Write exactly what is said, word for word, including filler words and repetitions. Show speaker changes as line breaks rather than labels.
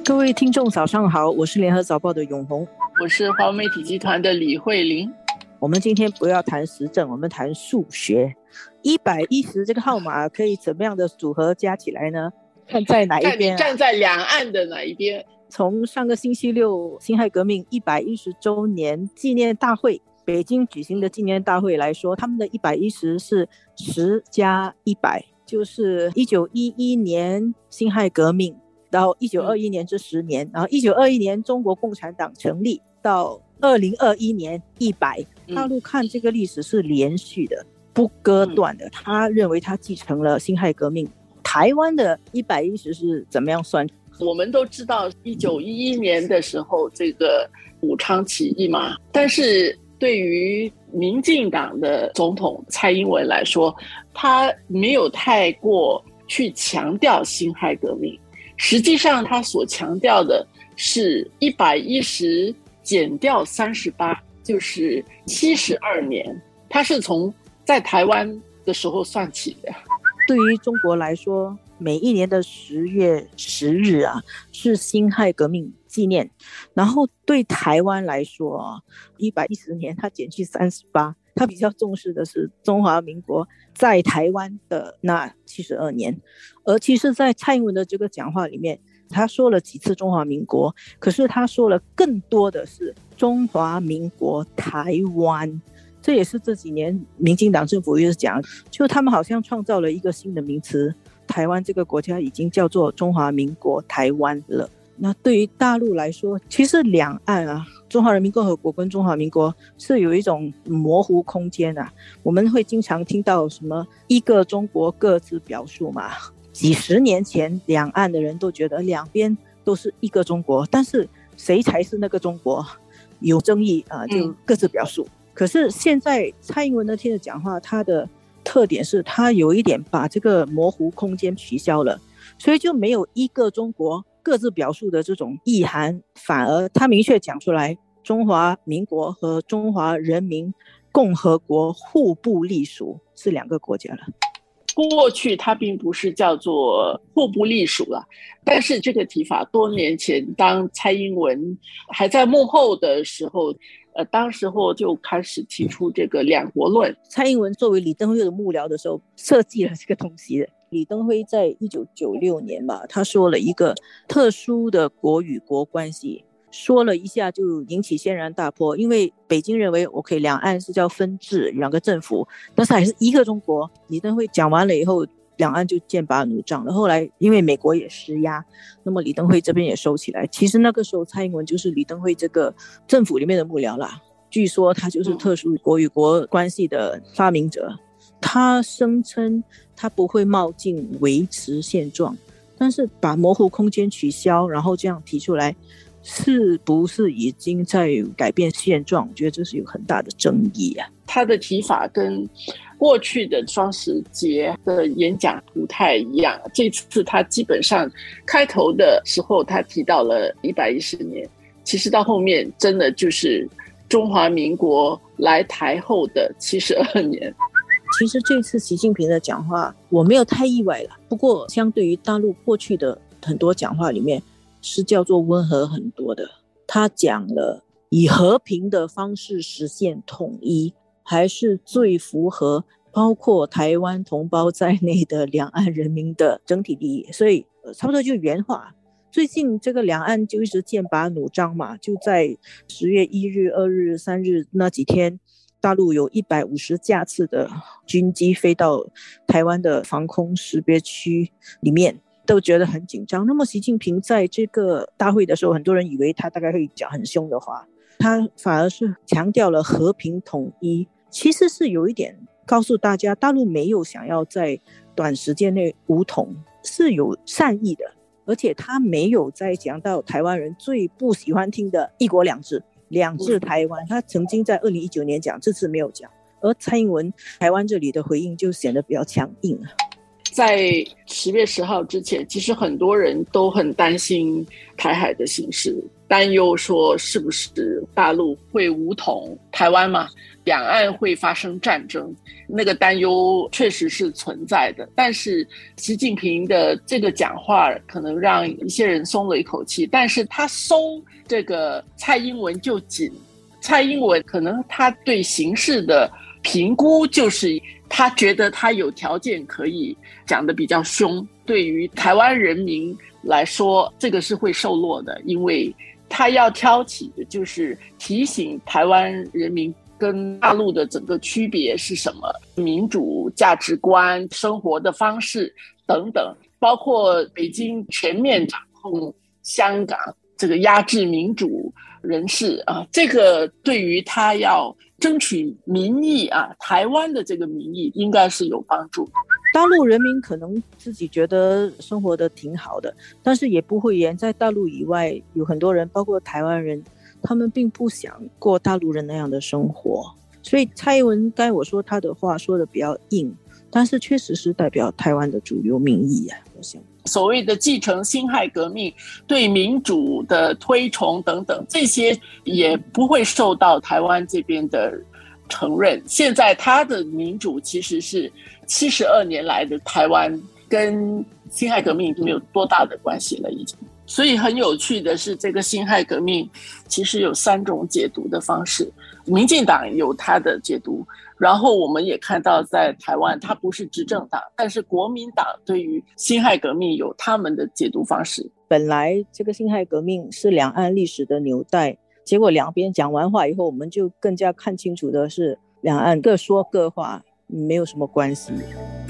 各位听众早上好，我是联合早报的永红，
我是华文媒体集团的李慧玲。
我们今天不要谈时政，我们谈数学。一百一十这个号码可以怎么样的组合加起来呢？看在哪一边、啊、
看你站在两岸的哪一边。
从上个星期六辛亥革命一百一十周年纪念大会，北京举行的纪念大会来说，他们的一百一十是十加一百，就是一九一一年辛亥革命到一九二一年这十年、嗯、然后一九二一年中国共产党成立到二零二一年一百，大陆看这个历史是连续的、嗯、不割断的。他认为他继承了辛亥革命。台湾的一百一十是怎么样算？
我们都知道一九一一年的时候这个武昌起义嘛，但是对于民进党的总统蔡英文来说，他没有太过去强调辛亥革命，实际上他所强调的是一百一十减掉三十八，就是七十二年，他是从在台湾的时候算起的。
对于中国来说，每一年的十月十日啊，是辛亥革命纪念。然后对台湾来说啊，一百一十年他减去三十八，他比较重视的是中华民国在台湾的那七十二年。而其实在蔡英文的这个讲话里面，他说了几次中华民国，可是他说了更多的是中华民国台湾。这也是这几年民进党政府一直讲，就他们好像创造了一个新的名词，台湾这个国家已经叫做中华民国台湾了。那对于大陆来说，其实两岸啊，中华人民共和国跟中华民国是有一种模糊空间啊。我们会经常听到什么一个中国各自表述嘛，几十年前两岸的人都觉得两边都是一个中国，但是谁才是那个中国有争议啊，就各自表述、嗯可是现在蔡英文那天的讲话，他的特点是他有一点把这个模糊空间取消了，所以就没有一个中国各自表述的这种意涵，反而他明确讲出来，中华民国和中华人民共和国互不隶属，是两个国家了。
过去它并不是叫做互不隶属了，但是这个提法多年前当蔡英文还在幕后的时候，呃，当时候就开始提出这个两国论。
蔡英文作为李登辉的幕僚的时候设计了这个东西的。李登辉在一九九六年吧，他说了一个特殊的国与国关系，说了一下就引起轩然大波，因为北京认为 OK 两岸是叫分治两个政府，但是还是一个中国。李登辉讲完了以后，两岸就剑拔弩张了。后来因为美国也施压，那么李登辉这边也收起来。其实那个时候蔡英文就是李登辉这个政府里面的幕僚啦，据说他就是特殊国与国关系的发明者。他声称他不会冒进维持现状，但是把模糊空间取消，然后这样提出来，是不是已经在改变现状？我觉得这是有很大的争议啊。
他的提法跟过去的双十节的演讲不太一样，这次他基本上开头的时候他提到了一百一十年，其实到后面真的就是中华民国来台后的七十二年。
其实这次习近平的讲话我没有太意外了，不过相对于大陆过去的很多讲话里面是叫做温和很多的。他讲了以和平的方式实现统一，还是最符合包括台湾同胞在内的两岸人民的整体利益。所以、呃、差不多就原话。最近这个两岸就一直剑拔弩张嘛，就在十月一日、二日、三日那几天，大陆有一百五十架次的军机飞到台湾的防空识别区里面，都觉得很紧张。那么习近平在这个大会的时候，很多人以为他大概会讲很凶的话，他反而是强调了和平统一，其实是有一点告诉大家大陆没有想要在短时间内武统，是有善意的。而且他没有再讲到台湾人最不喜欢听的一国两制两制台湾，他曾经在二零一九年讲，这次没有讲。而蔡英文台湾这里的回应就显得比较强硬。
在十月十号之前，其实很多人都很担心台海的形势，担忧说是不是大陆会武统台湾嘛，两岸会发生战争，那个担忧确实是存在的。但是习近平的这个讲话可能让一些人松了一口气，但是他松这个蔡英文就紧。蔡英文可能他对形势的评估就是他觉得他有条件可以讲得比较凶，对于台湾人民来说这个是会受落的，因为他要挑起的就是提醒台湾人民跟大陆的整个区别是什么，民主价值观、生活的方式等等，包括北京全面掌控香港，这个压制民主人士啊，这个对于他要争取民意啊，台湾的这个民意应该是有帮助。
大陆人民可能自己觉得生活的挺好的，但是也不会言在大陆以外有很多人，包括台湾人，他们并不想过大陆人那样的生活。所以蔡英文该我说他的话说的比较硬，但是确实是代表台湾的主流民意啊，我想。
所谓的继承辛亥革命，对民主的推崇等等，这些也不会受到台湾这边的承认。现在他的民主其实是七十二年来的台湾，跟辛亥革命已经没有多大的关系了已经。所以很有趣的是，这个辛亥革命其实有三种解读的方式，民进党有他的解读，然后我们也看到在台湾它不是执政党，但是国民党对于辛亥革命有他们的解读方式。
本来这个辛亥革命是两岸历史的纽带，结果两边讲完话以后，我们就更加看清楚的是两岸各说各话，没有什么关系。